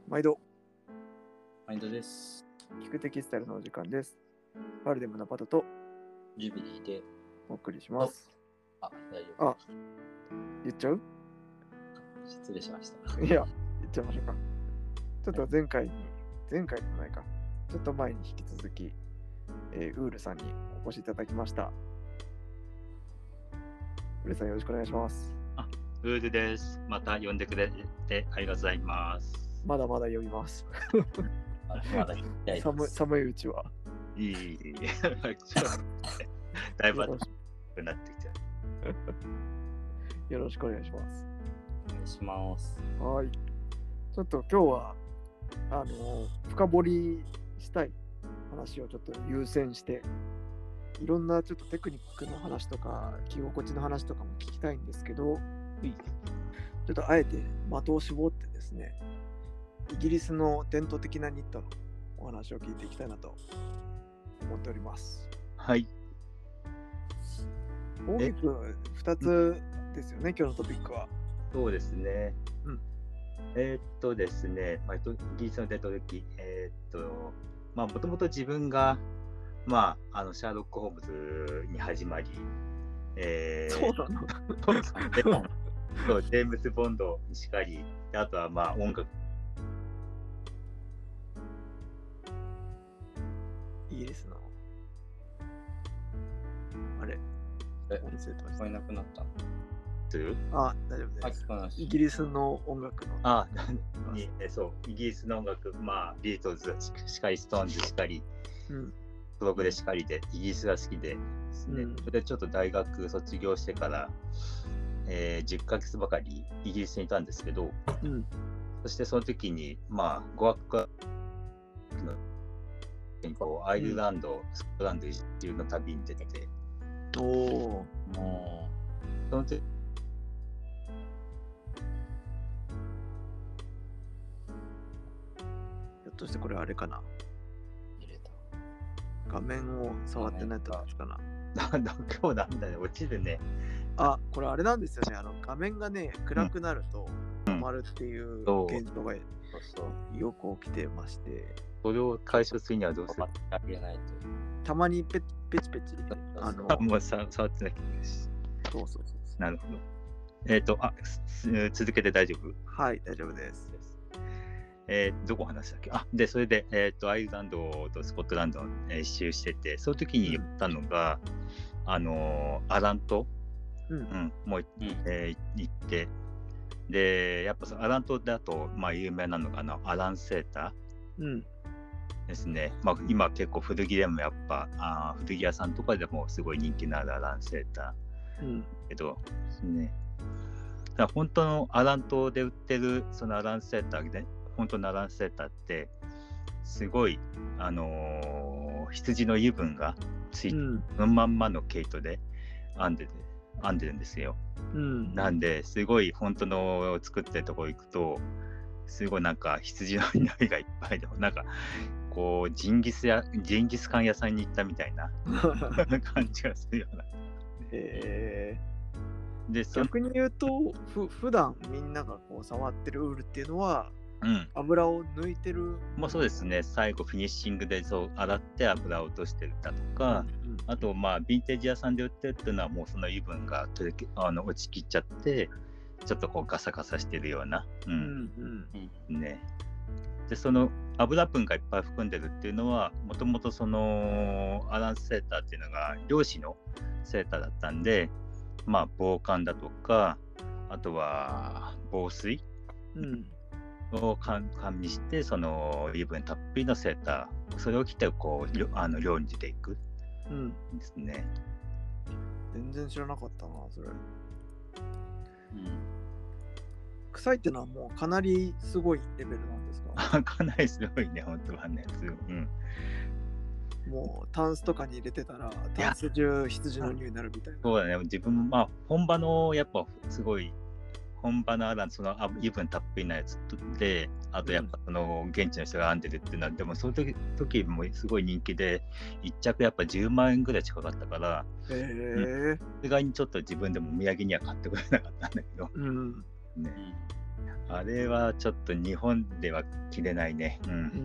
毎度です。 聞くテキスタイルのお時間です。バルデムのパトとジュビリーでお送りします。 大丈夫。 言っちゃう？ 失礼しました。 いや、言っちゃいましょうか。ちょっと前回でもないか。ちょっと前に引き続き、ウールさんにお越しいただきました。ウールさんよろしくお願いします。 ウールです。また呼んでくれてありがとうございます。 まだまだ呼びます。 まだ寒いうちは。 いい。だいぶ暑くなってきて。 よろしくお願いします。 お願いします。 はい。ちょっと今日は深掘りしたい話をちょっと優先して、いろんなちょっとテクニックの話とか着心地の話とかも聞きたいんですけど、ちょっとあえて的を絞ってですね、イギリスの伝統的なニットのお話を聞いていきたいなと思っております。 はい。 大きく2つですよね、今日のトピックは。 そうですね。ですね、イギリスの伝統的、もともと自分が、シャーロック・ホームズに始まり、 そうなのそうジェームズ・ボンドにしかり、あとは音楽。 イギリスのあれ音声と聞こえなくなった大丈夫です。イギリスの音楽のイギリスの音楽、ビートルズしかり、ストーンズしかり、プログレしかりで、イギリスが好きでですね、それでちょっと大学卒業してから、10ヶ月ばかりイギリスにいたんですけど、そしてその時に、語学科のアイルランド、スコットランド一周の旅に出てて、その時ひょっとしてこれあれかな、 入れた画面を触ってないとかな。 今日なんだね、落ちるね。 これあれなんですよね。画面がね、暗くなると止まるっていう現象がよく起きてまして、 それを解消するにはどうする？ たまにペチペチもう触ってなきゃいけないし。 そう。 なるほど。続けて大丈夫？ はい、大丈夫です。 どこ話したっけ？で、それで、アイルランドとスコットランドを一周してて、その時に言ったのが、アラント、もう行って、で、やっぱアラントだと、有名なのがアランセーターですね。今結構古着でもやっぱ、古着屋さんとかでもすごい人気のあるアランセーター。けどですね。だから本当のアラントで売ってるそのアランセーターで、本当のアランセーターってすごい羊の油分がついて、そのまんまの毛糸で編んでるんですよ。なんですごい本当の作ってるところ行くとすごいなんか羊の匂いがいっぱいで、なんかこうジンギスカン屋さんに行ったみたいな感じがするような。 で逆に言うと普段みんながこう触ってるウールっていうのは、油を抜いてる。 そうですね。最後フィニッシングで洗って油を落としてるだとか、あとヴィンテージ屋さんで売ってるっていうのはもうその油分が落ちきっちゃってちょっとこうガサガサしてるような、ね。でその油分がいっぱい含んでるっていうのはもともとそのアランセーターっていうのが漁師のセーターだったんで、防寒だとか、あとは防水、を加味して、その油分たっぷりのセーター、それを着てこう漁に出ていくですね。 全然知らなかったな、それ。臭いってのはもうかなりすごいレベルなんですか？ かなりすごいね、本当はね。 もうタンスとかに入れてたらタンス中羊の匂いになるみたいな。 そうだね。自分も本場のやっぱすごい本場のその油分たっぷりなやつで、あとやっぱその現地の人が編んでるっていうのは、でもその時もすごい人気で、1着やっぱ10万円ぐらい近かったから、さすがにちょっと自分でもお土産には買ってくれなかったんだけど、 あれはちょっと日本では着れないね。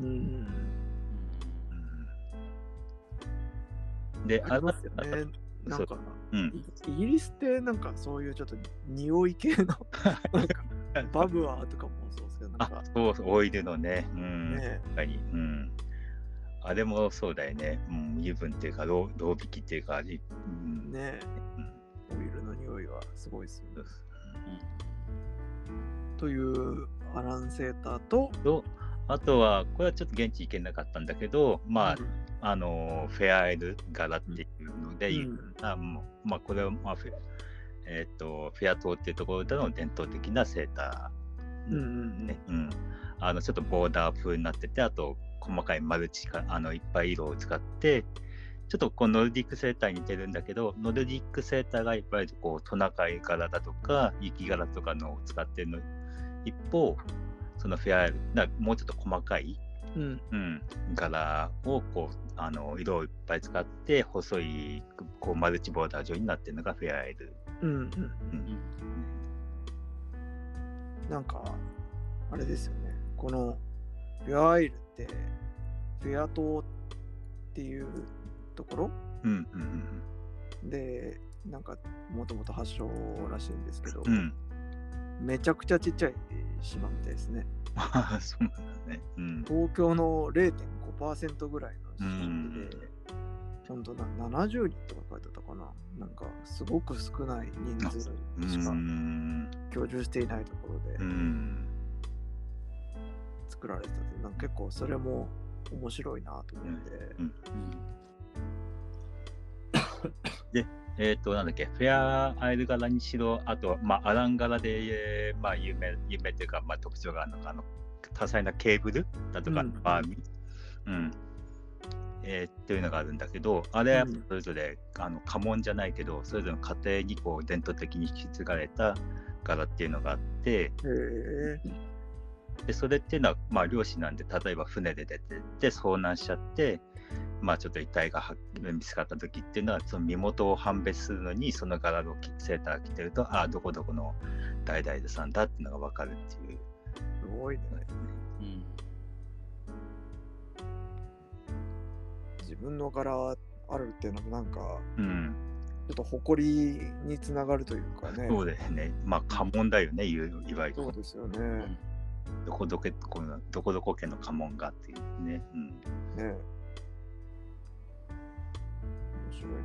で、 ありますよね。なんか、イギリスってなんかそういうちょっと匂い系のなんかバブアーとかもそうですけど、なんかそうオイルのね、確かに、あれもそうだよね。油分っていうか、ロウ引きっていうか、ね、 オイルの匂いはすごいですよね。というアランセーターと、 あとは、これはちょっと現地行けなかったんだけど、フェアアイル柄っていうので、これは、フェア島っていうところでの伝統的なセーター、ちょっとボーダー風になってて、あと細かいマルチかいっぱい色を使って、ちょっとこうノルディックセーターに似てるんだけど、ノルディックセーターがいっぱいこうトナカイ柄だとか雪柄とかのを使ってるの一方、そのフェアアイルもうちょっと細かい、柄をこう色をいっぱい使って細いこうマルチボーダー状になってるのがフェアアイル。 なんかあれですよね。このフェアアイルってフェア島っていうところ、でなんかもともと発祥らしいんですけど、めちゃくちゃちっちゃい島みたいですね。 そうなんだね。 東京の 0.5% ぐらいの島で、ほんと70人とか書いてあったかな。なんかすごく少ない人数しか居住していないところで作られてたって、なんか結構それも面白いなと思って。 で、なんだっけ、フェアアイル柄にしろ、あと、アラン柄で、有名というか、特徴があるのが、多彩なケーブルだとか、バーミっていうのがあるんだけど、あれはそれぞれ、家紋じゃないけど、それぞれの家庭にこう伝統的に引き継がれた柄っていうのがあって、でそれっていうのは、漁師なんで、例えば船で出てって遭難しちゃって、ちょっと遺体が見つかった時っていうのは、その身元を判別するのに、その柄のセーター着てると、どこどこの誰々さんだっていうのが分かるっていう。 すごいね。自分の柄あるっていうのもなんか、ちょっと誇りにつながるというかね。 そうですね。家紋だよね、いわゆる。 そうですよね。 どこどこ家の家紋がっていうね。 面白いな。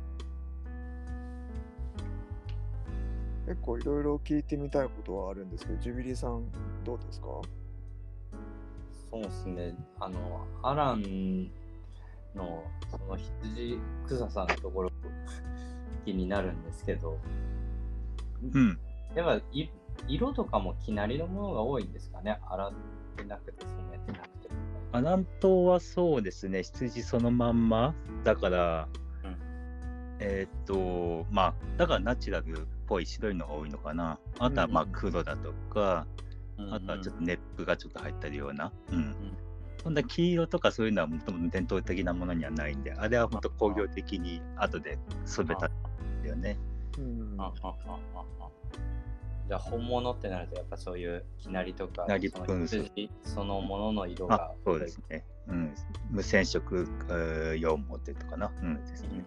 結構いろいろ聞いてみたいことはあるんですけど、ジュビリーさんどうですか？ そうですね。アランのその羊臭さのところ気になるんですけど、やっぱ色とかも生成りのものが多いんですかね。洗ってなくて染めてなくて。 アラン島はそうですね、羊そのまんまだから、だからナチュラルっぽい白いのが多いのかな。あとは黒だとか、あとはちょっとネップがちょっと入ってるような。そんな黄色とかそういうのはもともと伝統的なものにはないんで、あれは本当工業的に後で染めたんだよね。 じゃあ本物ってなるとやっぱそういう生成りとかそのものの色がそうですね。無染色羊毛っていうのかな。ですね。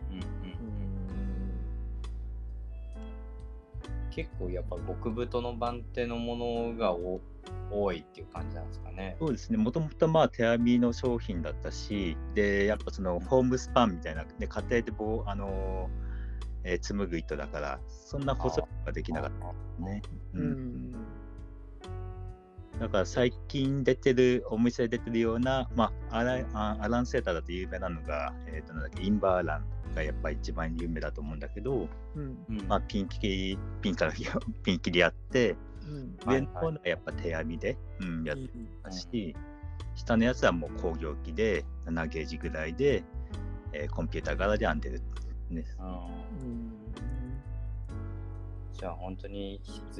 結構やっぱ極太の番手のものが多いっていう感じなんですかね。 そうですね。もともと手編みの商品だったし、でやっぱそのホームスパンみたいな、ね、家庭で紡ぐ糸だからそんな細くはできなかったね。だから最近お店で出てるような、アランセーターだと有名なのが、なんだっけ、インバーアランがやっぱり一番有名だと思うんだけど、ピン切りあって、上の方はやっぱ手編みで、やってたし、下のやつはもう工業機で7ゲージぐらいで、コンピューター柄で編んでるね。 じゃあ本当に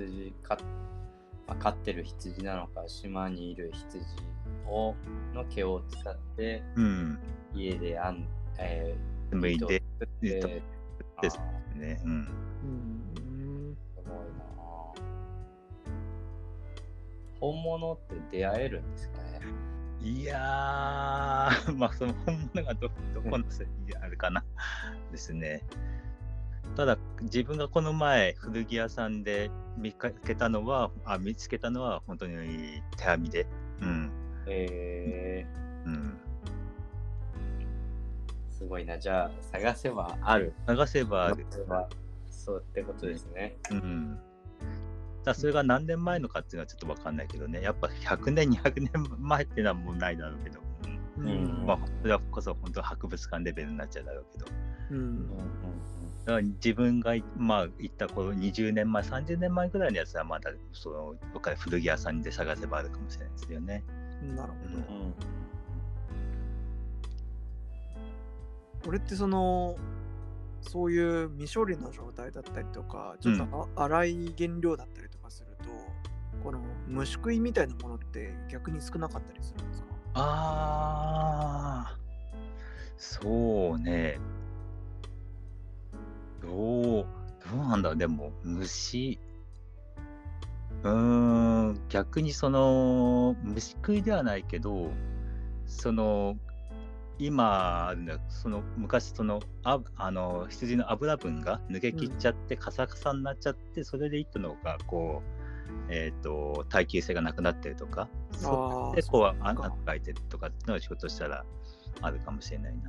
飼ってる羊なのか島にいる羊の毛を使って、家で紡いでですね。 すごいな。 本物って出会えるんですかね。 いやー、まあその本物がどこのせいあるかなですね。ただ自分がこの前古着屋さんで見つけたのは本当に手編みで、うん、うん、 すごいな。じゃあ探せばある。 探せばある。 そうってことですね。 うん。だそれが何年前のかっていうのはちょっと分かんないけどね、やっぱ100年200年前っていうのはもうないだろうけど、まあそれはこそ本当博物館レベルになっちゃうだろうけど、だから自分がまあ行った頃20年前30年前ぐらいのやつはまだその古着屋さんで探せばあるかもしれないですよね。 なるほど。これってそういう未処理の状態だったりとか、ちょっと粗い原料だったりとかすると、この虫食いみたいなものって逆に少なかったりするんですか？ そうね。どうなんだ。でも虫、逆に虫食いではないけど、今昔羊の脂分が抜けきっちゃってカサカサになっちゃって、それで糸のが耐久性がなくなってるとか、それで穴が開いてるとかっていうのはひょっとしたらあるかもしれないな。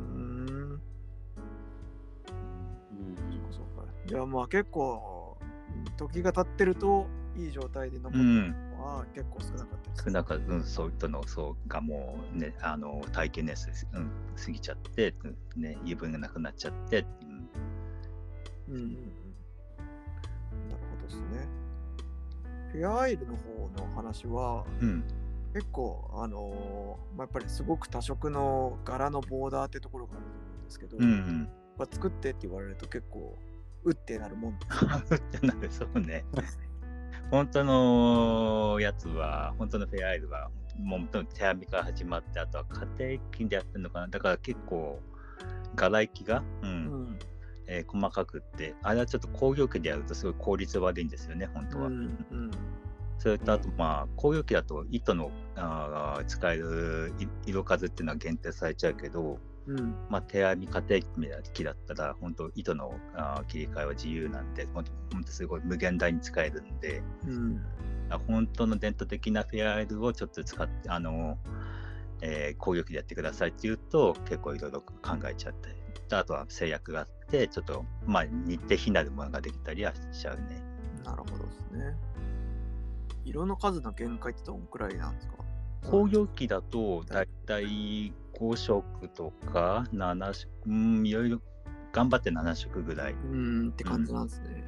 そうか。じゃあまあ結構時が経ってるといい状態で残ってるのは結構少なかったです。 少なかった、そういったのがもうね、耐久年数、過ぎちゃって、ね、油分がなくなっちゃって、 なるほどですね。フェアアイルの方の話は、結構やっぱりすごく多色の柄のボーダーってところがあると思うんですけど、作ってって言われると結構うってなるもんです。 うってなる、そうね。本当のやつは、本当のフェアアイルは、もう手編みから始まって、あとは家庭機でやってるのかな。だから結構、柄行きが、細かくって、あれはちょっと工業機でやるとすごい効率悪いんですよね、本当は。それとあと、工業機だと糸の使える色数っていうのは限定されちゃうけど、手編み家庭機だったら本当糸の切り替えは自由なんで、本当すごい無限大に使えるんで、本当の伝統的なフェアアイルをちょっと使って工業機でやってくださいって言うと結構いろいろ考えちゃって、あとは制約があってちょっと日程非なるものができたりはしちゃうね。 なるほどですね。色の数の限界ってどんくらいなんですか？ 工業機だとだいたい5色とか7色、いろいろ頑張って7色ぐらいって感じなんですね。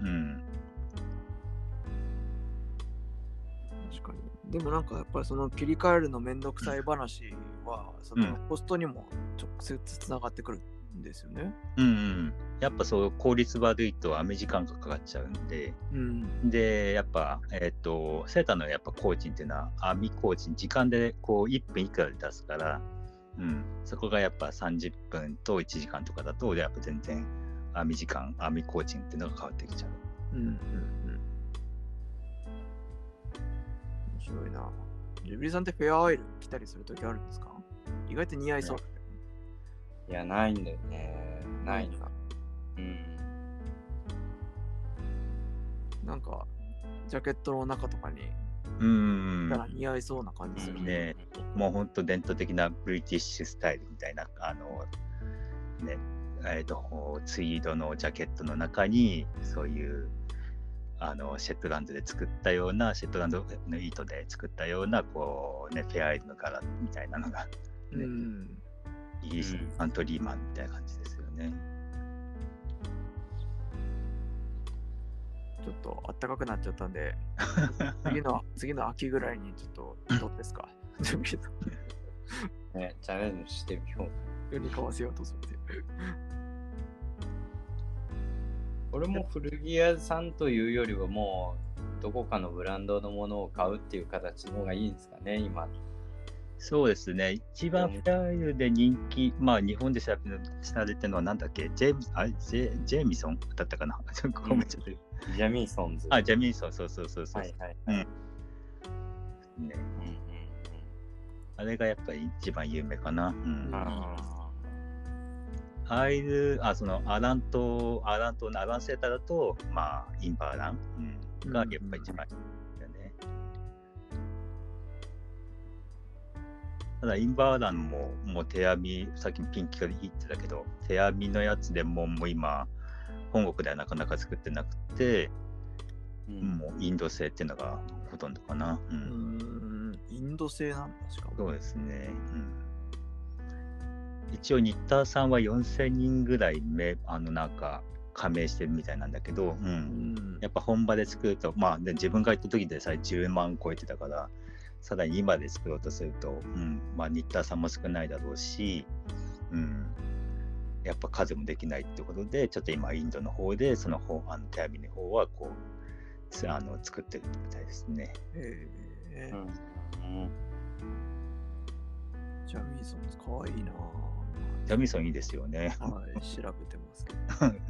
確かに。でもなんかやっぱりその切り替えるのめんどくさい話はそのコストにも直接つながってくるんですよね。 やっぱそう効率悪いと編み時間がかかっちゃうんで、でやっぱセーターのやっぱ工賃っていうのは編み工賃時間でこう1分いくらで出すから、そこがやっぱ30分と1時間とかだとやっぱ全然編み工賃っていうのが変わってきちゃう。 面白いな。ジュビリさんってフェアアイル着たりするときあるんですか？意外と似合いそう。 いや、ないんだよね。ないな。 なんかジャケットの中とかにたら似合いそうな感じするね。もうほんと伝統的なブリティッシュスタイルみたいなツイードのジャケットの中にそういうシェットランドで作ったようなシェットランドの糸で作ったようなこうねフェアアイルの柄みたいなのが、イギリスのアントリーマンみたいな感じですよね。 ちょっと暖かくなっちゃったんで次の秋ぐらいにちょっとどうですか？ ね、チャレンジしてみよう。 世に買わせようとする。 俺も古着屋さんというよりはもうどこかのブランドのものを買うっていう形の方がいいんですかね、今。 そうですね。一番フェアアイルで人気、日本で知られてるのはなんだっけ、ジェイミソンだったかな。 ジャミーソンズ。 ジャミーソン、そう。 ね。あれがやっぱり一番有名かな。そのアランセーターだと、まあ、インバーラン、がやっぱり一番いいんだよね。ただ、インバーランもう手編み、さっきピンキが言ってたけど、手編みのやつでもう今、本国ではなかなか作ってなくて、もうインド製っていうのがほとんどかな。 インド製なんだ、しかも。 そうですね。一応、ニッターさんは4000人ぐらいなんか加盟してるみたいなんだけど、やっぱ本場で作ると、まあ、自分が行った時でさえ10万超えてたから、さらに今で作ろうとすると、まあ、ニッターさんも少ないだろうし、やっぱ数もできないってことで、ちょっと今、インドの方で、その手編みの方はこう作ってるみたいですね。 ジャミーソンかわいいな。 ジャミーソンいいですよね。 はい、調べてますけど。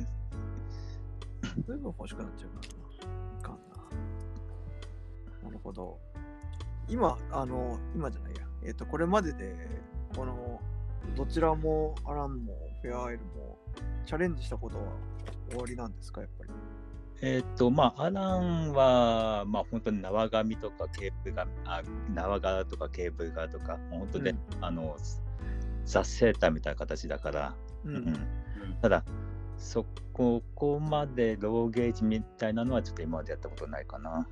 全部欲しくなっちゃうからな。いかんな。なるほど。今じゃないや。これまでで、どちらもアランもフェアアイルもチャレンジしたことは終わりなんですか、やっぱり。 まあ、アランは、まあ、本当に縄紙とかケーブルが、縄柄とかケーブル柄とか、本当に、ザ・セーターみたいな形だから、ただ、ここまでローゲージみたいなのはちょっと今までやったことないかな。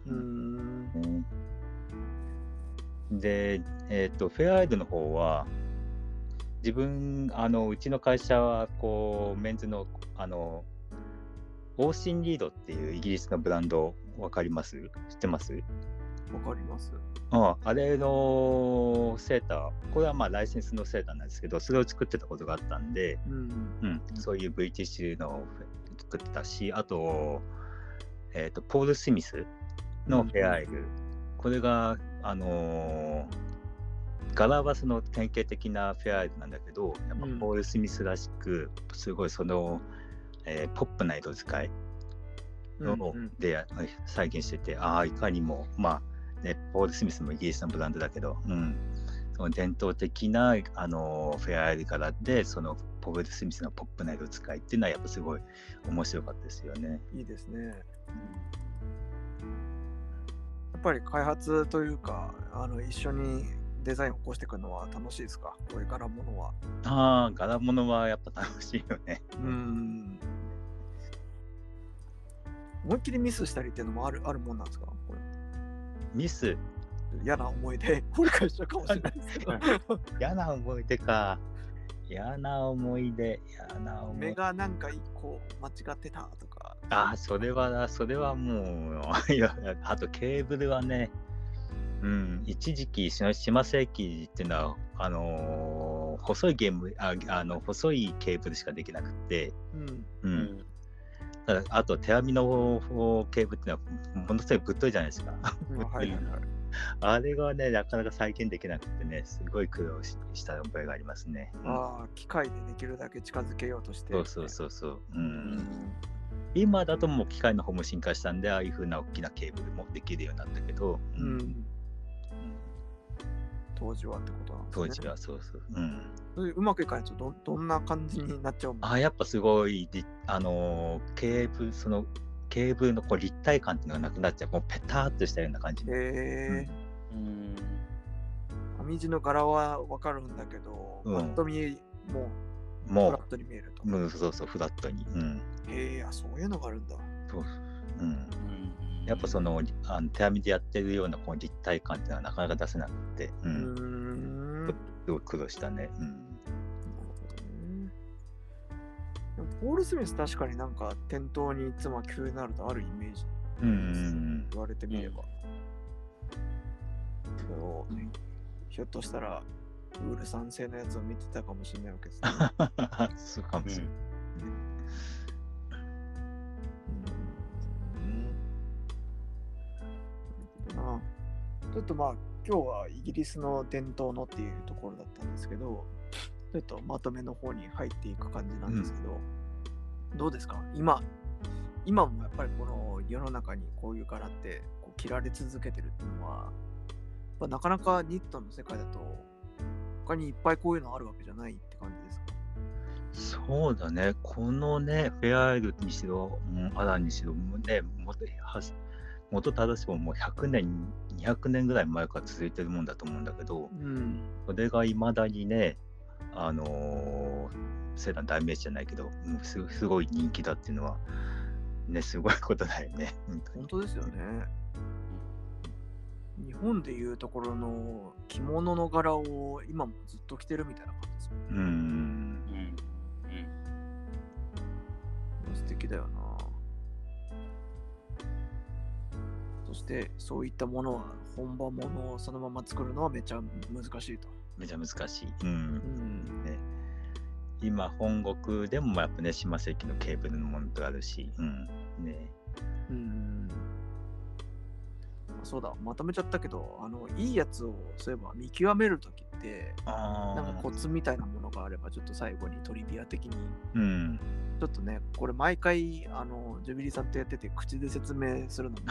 で、フェアアイルの方は、うちの会社は、メンズの、オーシンリードっていうイギリスのブランド、わかります？知ってます？ わかります。 あれのセーター、これはまあライセンスのセーターなんですけど、それを作ってたことがあったんで、そういうブリティッシュのを作ってたし、あと、ポール・スミスのフェアアイル、これが、柄はその典型的なフェアアイルなんだけど、やっぱポール・スミスらしく、すごいその、ポップな色使いで再現してて、いかにも、まあね、ポール・スミスもイギリスのブランドだけど、その伝統的なフェアアイル柄で、そのポール・スミスのポップな色使いっていうのは、やっぱすごい面白かったですよね。 いいですね。やっぱり開発というか、一緒にデザインを起こしていくのは楽しいですか？こういう柄物は。 柄物はやっぱ楽しいよね。 思いっきりミスしたりっていうのもあるもんなんですか？これミス？ 嫌な思い出掘り返しちゃうかもしれないですけど。 嫌な思い出か。嫌な思い出。 目がなんか一個間違ってたとか。 それはもう、あとケーブルはね、一時期、島世紀っていうのは、細い細いケーブルしかできなくて、あと手編みのケーブルっていうのはものすごいぶっといじゃないですか。あれがね、なかなか再現できなくてね、すごい苦労した覚えがありますね。 機械でできるだけ近づけようとして。 そう。今だともう機械の方も進化したんで、ああいう風な大きなケーブルもできるようになったけど、 当時はってことなんですね。 当時はそう。 うまくいかないとどんな感じになっちゃうの？ やっぱすごいケーブルのこう立体感っていうのがなくなっちゃう、もうペターっとしたような感じ。 編み地の柄は分かるんだけど、ぱっと見もうフラットに見えると。 そう、フラットに。 そういうのがあるんだ。 やっぱその手編みでやってるようなこの立体感っていうのはなかなか出せなくて、すごい苦労したね。 でもポール・スミス確かになんか店頭にいつも急になるとあるイメージ、言われてみれば、ひょっとしたらウール3製のやつを見てたかもしれないわけですね。 そうかもしれない。 ちょっと今日はイギリスの伝統のっていうところだったんですけど、ちょっとまとめの方に入っていく感じなんですけど、どうですか？今もやっぱりこの世の中にこういう柄ってこう着られ続けてるっていうのは、 ぱなかなかニットの世界だと他にいっぱいこういうのあるわけじゃないって感じですか？ そうだね、このね、フェアアイルにしろ、アランにしろ、ね、元正しくもう100年、200年ぐらい前から続いてるもんだと思うんだけど、それがいまだにね、セダン代名詞じゃないけど、すごい人気だっていうのは、ね、すごいことだよね。 本当ですよね。日本でいうところの着物の柄を今もずっと着てるみたいな感じですよね。素敵だよな。そしてそういったものは本場ものをそのまま作るのはめちゃ難しいと。 めちゃ難しい。ね、今本国でもやっぱね、島関のケーブルのものとあるし、ね。 そうだ、まとめちゃったけど、いいやつをそういえば見極めるときって、なんかコツみたいなものがあれば、ちょっと最後にトリビア的に、ちょっとね、これ毎回、ジュビリーさんとやってて、口で説明するのも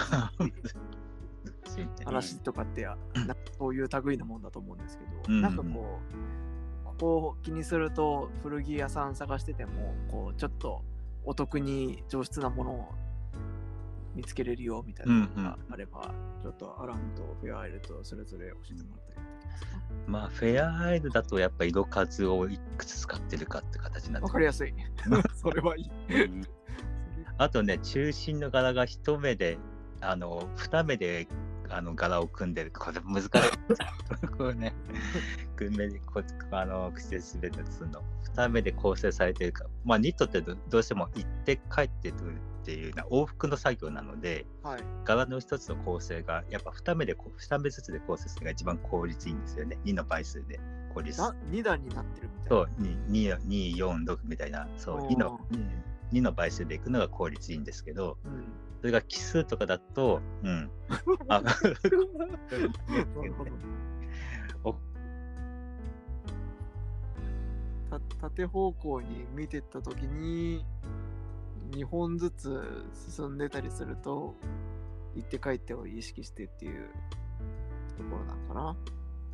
話とかって、なんかそういう類のもんだと思うんですけど、なんかここを気にすると、古着屋さん探してても、こう、ちょっとお得に上質なものを見つけれるよみたいなのがあれば、ちょっとアランとフェアアイルとそれぞれ教えてもらったりできますか？ まあフェアアイルだとやっぱ色数をいくつ使ってるかって形になってわかりやすい。それはいい。 あとね、中心の柄が一目で、二目で柄を組んでる。これ難しい。これね、組目に口で滑るつの二目で構成されてるか。まあニットってどうしても行って帰ってくるっていうような往復の作業なので、柄の一つの構成がやっぱ二目ずつで構成するのが一番効率いいんですよね。2の倍数で効率。 2段になってるみたいな。 そう、2、4、6みたいな、そう、2の倍数でいくのが効率いいんですけど、それが奇数とかだと、 縦方向に見てったときに2本ずつ進んでたりすると行って帰ってを意識してっていうところなんかな。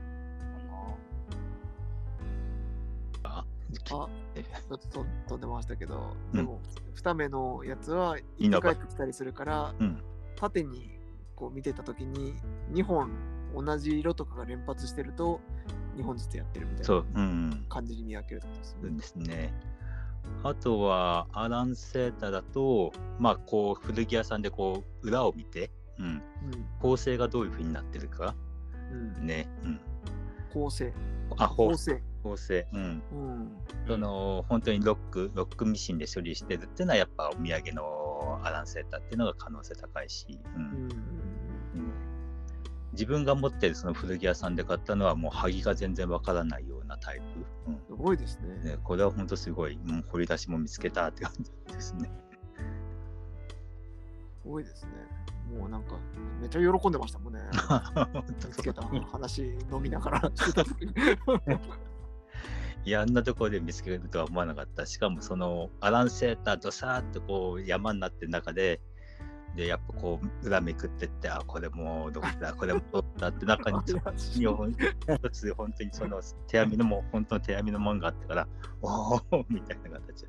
ちょっと飛んでましたけど、でも2目のやつは行って帰ってきたりするから、縦にこう見てたときに2本同じ色とかが連発してると2本ずつやってるみたいな感じに見分けるってことですね。 そうですね。あとはアランセータだと、まあこう古着屋さんでこう裏を見て、構成がどういう風になってるか、ね、 構成。 本当にロックミシンで処理してるっていうのはやっぱお土産のアランセータっていうのが可能性高いし、自分が持ってるその古着屋さんで買ったのはもう萩が全然わからないようなタイプ、 すごいですね。 これは本当すごい、掘り出しも見つけたって感じですね。 すごいですね。もうなんかめっちゃ喜んでましたもんね。見つけた話飲みながらしてた時にいや、あんなところで見つけるとは思わなかった。しかもそのアランセーターとさーっとこう山になってる中で、やっぱこう裏めくってって、これもどこだ、これもどこだって中に一つ本当にその手編みの本当の手編みのもんがあってから、おおみたいな形。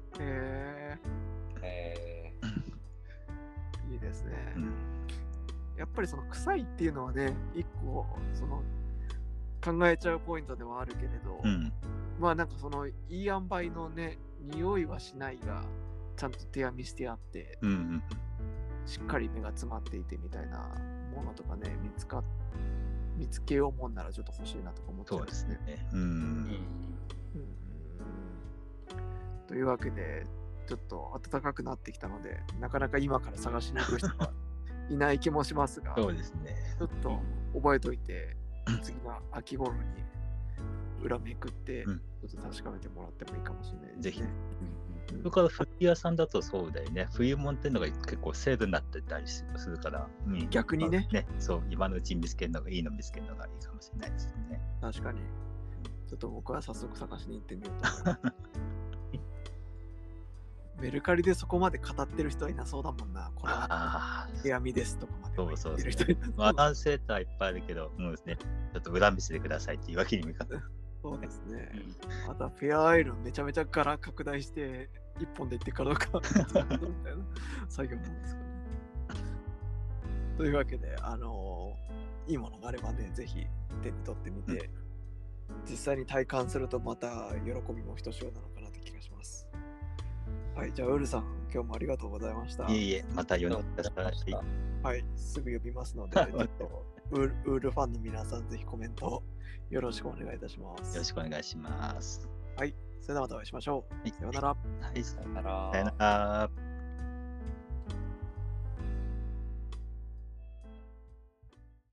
いいですね。やっぱりその臭いっていうのはね、一個その考えちゃうポイントではあるけれど、まあなんかそのいい塩梅のね、匂いはしないがちゃんと手編みしてあって、しっかり目が詰まっていてみたいなものとかね、見つけようもんならちょっと欲しいなとか思ってますね。というわけでちょっと暖かくなってきたので、なかなか今から探しに行く人はいない気もしますが、 そうですね。 ちょっと覚えといて、次の秋頃に裏めくって、ちょっと確かめてもらってもいいかもしれないですね。 ぜひ。それから古着屋さんだとそうだよね。冬物っていうのが結構セールになってたりするから、 逆にね、 そう、今のうちに見つけるのがいい見つけるのがいいかもしれないですね。 確かに。ちょっと僕は早速探しに行ってみようと思います。 メルカリでそこまで語ってる人はいなそうだもんな。これは手編みですとかまでそうそう言ってる人そう。まあ、男性とはいっぱいあるけど、もうですね、ちょっと裏見せてくださいっていうわけにもいかない。 そうですね。またフェアアイロンめちゃめちゃ柄拡大して一本でいっていくかどうかみたいな作業なんですかね。というわけで、いいものがあればね、ぜひ手に取ってみて、実際に体感するとまた喜びもひとしおなのかなって気がします。はい、じゃあウルさん、今日もありがとうございました。 いえいえ、また呼んでください。 はい、すぐ呼びますので、ちょっとウールファンの皆さん、ぜひコメントよろしくお願いいたします。 よろしくお願いします。 はい、それではまたお会いしましょう。さようなら。 はい、さよなら。 さよなら。